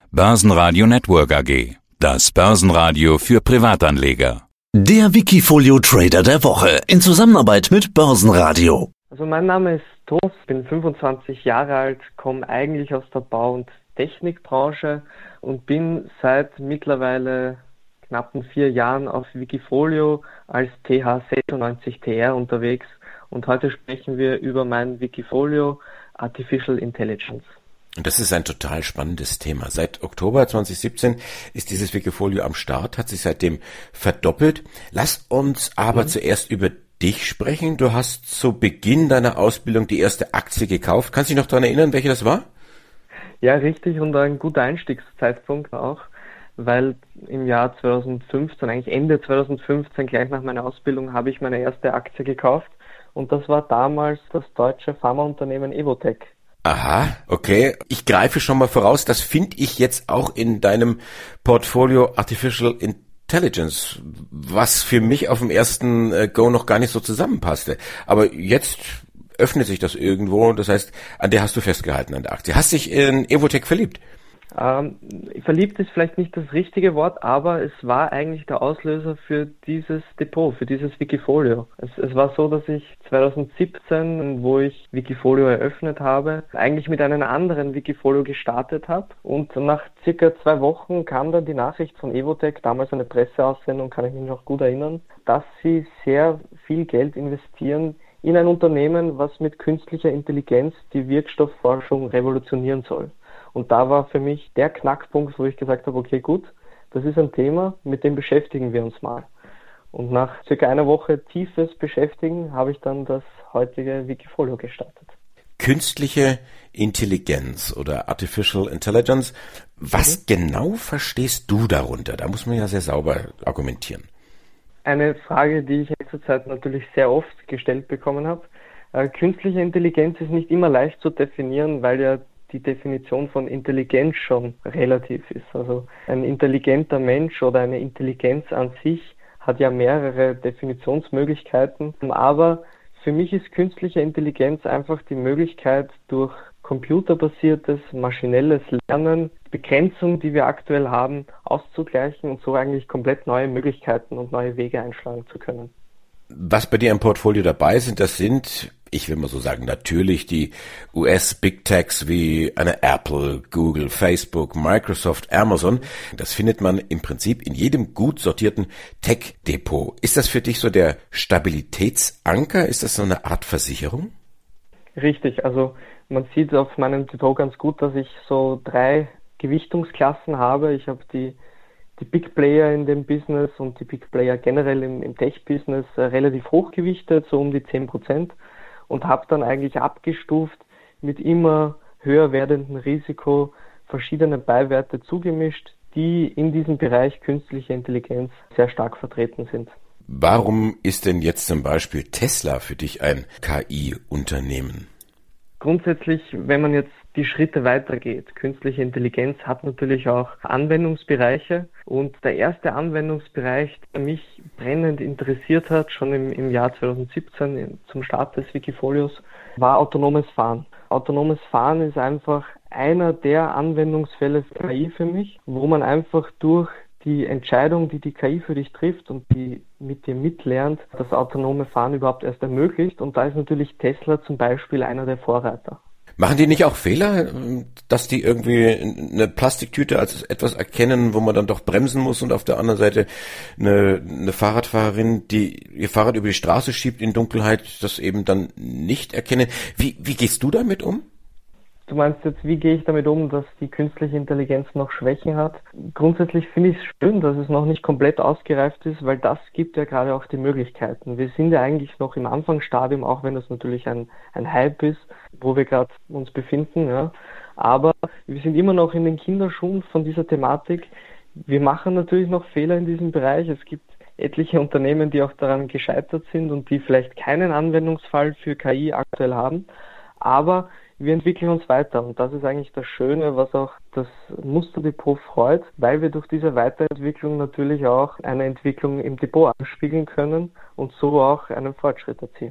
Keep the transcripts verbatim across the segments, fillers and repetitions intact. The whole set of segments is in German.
Börsenradio Network A G. Das Börsenradio für Privatanleger. Der Wikifolio Trader der Woche in Zusammenarbeit mit Börsenradio. Also mein Name ist Thomas, bin fünfundzwanzig Jahre alt, komme eigentlich aus der Bau- und Technikbranche und bin seit mittlerweile knappen vier Jahren auf Wikifolio als T H sechsundneunzig T R unterwegs und heute sprechen wir über mein Wikifolio Artificial Intelligence. Und das ist ein total spannendes Thema. Seit Oktober zwanzig siebzehn ist dieses Wikifolio am Start, hat sich seitdem verdoppelt. Lass uns aber mhm. zuerst über dich sprechen. Du hast zu Beginn deiner Ausbildung die erste Aktie gekauft. Kannst du dich noch daran erinnern, welche das war? Ja, richtig, und ein guter Einstiegszeitpunkt auch, weil im Jahr zweitausendfünfzehn, eigentlich Ende zweitausendfünfzehn, gleich nach meiner Ausbildung, habe ich meine erste Aktie gekauft und das war damals das deutsche Pharmaunternehmen Evotec. Aha, okay. Ich greife schon mal voraus, das finde ich jetzt auch in deinem Portfolio Artificial Intelligence, was für mich auf dem ersten Go noch gar nicht so zusammenpasste. Aber jetzt öffnet sich das irgendwo, das heißt, an der hast du festgehalten, an der Aktie. Hast dich in Evotec verliebt? Ähm, verliebt ist vielleicht nicht das richtige Wort, aber es war eigentlich der Auslöser für dieses Depot, für dieses Wikifolio. Es, es war so, dass ich zweitausendsiebzehn, wo ich Wikifolio eröffnet habe, eigentlich mit einem anderen Wikifolio gestartet habe und nach circa zwei Wochen kam dann die Nachricht von Evotec, damals eine Presseaussendung, kann ich mich noch gut erinnern, dass sie sehr viel Geld investieren in ein Unternehmen, was mit künstlicher Intelligenz die Wirkstoffforschung revolutionieren soll. Und da war für mich der Knackpunkt, wo ich gesagt habe, okay, gut, das ist ein Thema, mit dem beschäftigen wir uns mal. Und nach circa einer Woche tiefes Beschäftigen habe ich dann das heutige Wikifolio gestartet. Künstliche Intelligenz oder Artificial Intelligence, was mhm. genau verstehst du darunter? Da muss man ja sehr sauber argumentieren. Eine Frage, die ich in letzter Zeit natürlich sehr oft gestellt bekommen habe. Äh, künstliche Intelligenz ist nicht immer leicht zu definieren, weil ja die Definition von Intelligenz schon relativ ist. Also ein intelligenter Mensch oder eine Intelligenz an sich hat ja mehrere Definitionsmöglichkeiten. Aber für mich ist künstliche Intelligenz einfach die Möglichkeit, durch computerbasiertes, maschinelles Lernen, Begrenzung, die wir aktuell haben, auszugleichen und so eigentlich komplett neue Möglichkeiten und neue Wege einschlagen zu können. Was bei dir im Portfolio dabei sind, das sind, ich will mal so sagen, natürlich die U S-Big Techs wie eine Apple, Google, Facebook, Microsoft, Amazon. Das findet man im Prinzip in jedem gut sortierten Tech-Depot. Ist das für dich so der Stabilitätsanker? Ist das so eine Art Versicherung? Richtig, also man sieht auf meinem Depot ganz gut, dass ich so drei Gewichtungsklassen habe. Ich habe die die Big Player in dem Business und die Big Player generell im, im Tech-Business äh, relativ hochgewichtet, so um die zehn Prozent, und habe dann eigentlich abgestuft mit immer höher werdendem Risiko verschiedene Beiwerte zugemischt, die in diesem Bereich künstliche Intelligenz sehr stark vertreten sind. Warum ist denn jetzt zum Beispiel Tesla für dich ein K I-Unternehmen? Grundsätzlich, wenn man jetzt die Schritte weitergeht, künstliche Intelligenz hat natürlich auch Anwendungsbereiche und der erste Anwendungsbereich, der mich brennend interessiert hat, schon im, im Jahr zweitausendsiebzehn zum Start des Wikifolios, war autonomes Fahren. Autonomes Fahren ist einfach einer der Anwendungsfälle für K I für mich, wo man einfach durch die Entscheidung, die die K I für dich trifft und die mit dir mitlernt, das autonome Fahren überhaupt erst ermöglicht. Und da ist natürlich Tesla zum Beispiel einer der Vorreiter. Machen die nicht auch Fehler, dass die irgendwie eine Plastiktüte als etwas erkennen, wo man dann doch bremsen muss und auf der anderen Seite eine, eine Fahrradfahrerin, die ihr Fahrrad über die Straße schiebt in Dunkelheit, das eben dann nicht erkennen? Wie, wie gehst du damit um? Du meinst jetzt, wie gehe ich damit um, dass die künstliche Intelligenz noch Schwächen hat? Grundsätzlich finde ich es schön, dass es noch nicht komplett ausgereift ist, weil das gibt ja gerade auch die Möglichkeiten. Wir sind ja eigentlich noch im Anfangsstadium, auch wenn das natürlich ein, ein Hype ist, wo wir gerade uns befinden. Ja. Aber wir sind immer noch in den Kinderschuhen von dieser Thematik. Wir machen natürlich noch Fehler in diesem Bereich. Es gibt etliche Unternehmen, die auch daran gescheitert sind und die vielleicht keinen Anwendungsfall für K I aktuell haben. Aber wir entwickeln uns weiter und das ist eigentlich das Schöne, was auch das Musterdepot freut, weil wir durch diese Weiterentwicklung natürlich auch eine Entwicklung im Depot anspiegeln können und so auch einen Fortschritt erzielen.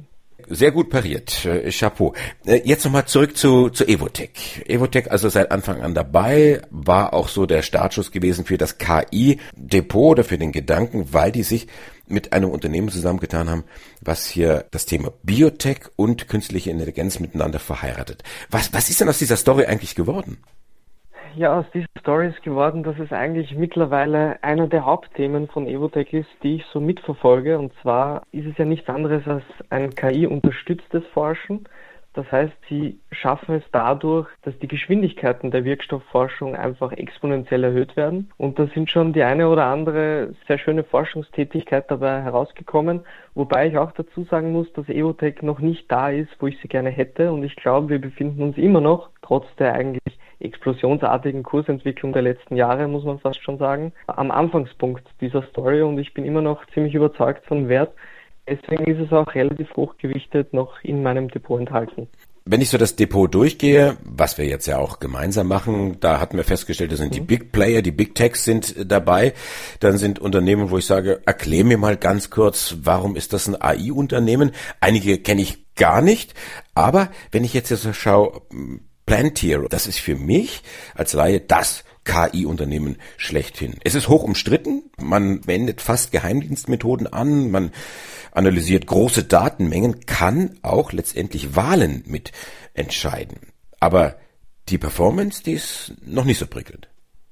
Sehr gut pariert. Äh, Chapeau. Äh, jetzt nochmal zurück zu, zu Evotec. Evotec also seit Anfang an dabei, war auch so der Startschuss gewesen für das K I-Depot oder für den Gedanken, weil die sich mit einem Unternehmen zusammengetan haben, was hier das Thema Biotech und künstliche Intelligenz miteinander verheiratet. Was, was ist denn aus dieser Story eigentlich geworden? Ja, aus dieser Story ist geworden, dass es eigentlich mittlerweile einer der Hauptthemen von Evotec ist, die ich so mitverfolge. Und zwar ist es ja nichts anderes als ein K I-unterstütztes Forschen. Das heißt, sie schaffen es dadurch, dass die Geschwindigkeiten der Wirkstoffforschung einfach exponentiell erhöht werden. Und da sind schon die eine oder andere sehr schöne Forschungstätigkeit dabei herausgekommen. Wobei ich auch dazu sagen muss, dass Evotec noch nicht da ist, wo ich sie gerne hätte. Und ich glaube, wir befinden uns immer noch, trotz der eigentlich explosionsartigen Kursentwicklung der letzten Jahre, muss man fast schon sagen, am Anfangspunkt dieser Story. Und ich bin immer noch ziemlich überzeugt von Wert. Deswegen ist es auch relativ hochgewichtet noch in meinem Depot enthalten. Wenn ich so das Depot durchgehe, was wir jetzt ja auch gemeinsam machen, da hatten wir festgestellt, da sind die Big Player, die Big Techs sind dabei. Dann sind Unternehmen, wo ich sage, erklär mir mal ganz kurz, warum ist das ein A I-Unternehmen? Einige kenne ich gar nicht. Aber wenn ich jetzt so schaue, Palantir, das ist für mich als Laie das K I-Unternehmen schlechthin. Es ist hoch umstritten, man wendet fast Geheimdienstmethoden an, man analysiert große Datenmengen, kann auch letztendlich Wahlen mit entscheiden. Aber die Performance, die ist noch nicht so prickelnd.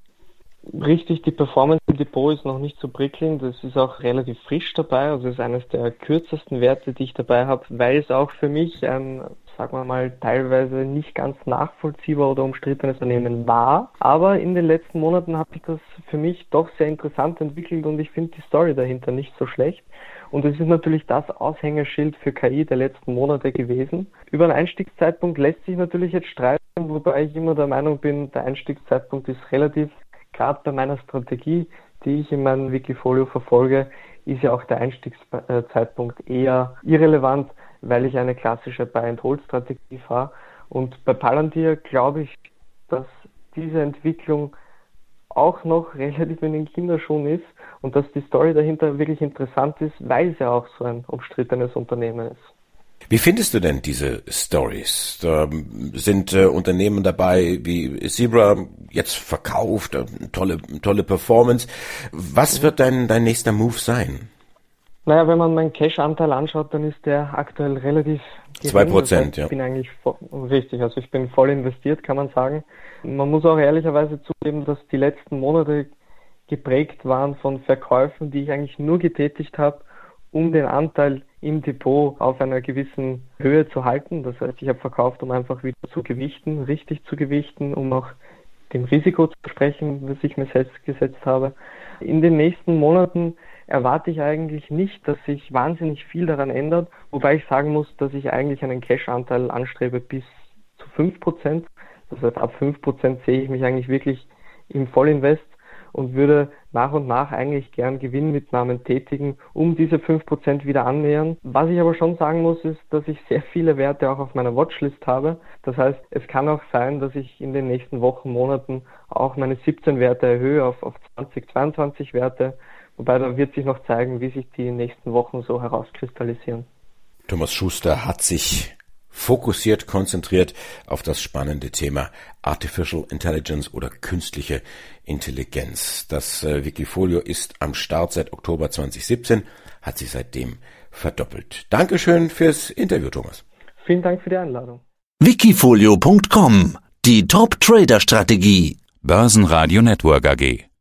Richtig, die Performance im Depot ist noch nicht so prickelnd. Das ist auch relativ frisch dabei. Also es ist eines der kürzesten Werte, die ich dabei habe, weil es auch für mich ein, sagen wir mal, teilweise nicht ganz nachvollziehbar oder umstrittenes Unternehmen war. Aber in den letzten Monaten habe ich das für mich doch sehr interessant entwickelt und ich finde die Story dahinter nicht so schlecht. Und es ist natürlich das Aushängeschild für K I der letzten Monate gewesen. Über einen Einstiegszeitpunkt lässt sich natürlich jetzt streiten, wobei ich immer der Meinung bin, der Einstiegszeitpunkt ist relativ. Gerade bei meiner Strategie, die ich in meinem Wikifolio verfolge, ist ja auch der Einstiegszeitpunkt eher irrelevant, weil ich eine klassische Buy-and-Hold-Strategie fahre. Und bei Palantir glaube ich, dass diese Entwicklung auch noch relativ in den Kinderschuhen ist und dass die Story dahinter wirklich interessant ist, weil es ja auch so ein umstrittenes Unternehmen ist. Wie findest du denn diese Stories? Da sind äh, Unternehmen dabei wie Zebra, jetzt verkauft, äh, tolle tolle Performance. Was wird dein dein nächster Move sein? Naja, wenn man meinen Cash-Anteil anschaut, dann ist der aktuell relativ gering. Zwei Prozent, ja. Ich bin eigentlich voll, richtig, also ich bin voll investiert, kann man sagen. Man muss auch ehrlicherweise zugeben, dass die letzten Monate geprägt waren von Verkäufen, die ich eigentlich nur getätigt habe, um den Anteil im Depot auf einer gewissen Höhe zu halten. Das heißt, ich habe verkauft, um einfach wieder zu gewichten, richtig zu gewichten, um auch dem Risiko zu sprechen, das ich mir selbst gesetzt habe. In den nächsten Monaten erwarte ich eigentlich nicht, dass sich wahnsinnig viel daran ändert, wobei ich sagen muss, dass ich eigentlich einen Cash-Anteil anstrebe bis zu fünf Prozent. Das heißt, ab fünf Prozent sehe ich mich eigentlich wirklich im Vollinvest und würde nach und nach eigentlich gern Gewinnmitnahmen tätigen, um diese fünf Prozent wieder annähern. Was ich aber schon sagen muss, ist, dass ich sehr viele Werte auch auf meiner Watchlist habe. Das heißt, es kann auch sein, dass ich in den nächsten Wochen, Monaten auch meine siebzehn Werte erhöhe auf, auf zwanzig, zweiundzwanzig Werte. Wobei da wird sich noch zeigen, wie sich die nächsten Wochen so herauskristallisieren. Thomas Schuster hat sich fokussiert, konzentriert auf das spannende Thema Artificial Intelligence oder künstliche Intelligenz. Das äh, Wikifolio ist am Start seit Oktober zwanzig siebzehn, hat sich seitdem verdoppelt. Dankeschön fürs Interview, Thomas. Vielen Dank für die Einladung. Wikifolio Punkt com, die Top-Trader-Strategie. Börsenradio Network A G.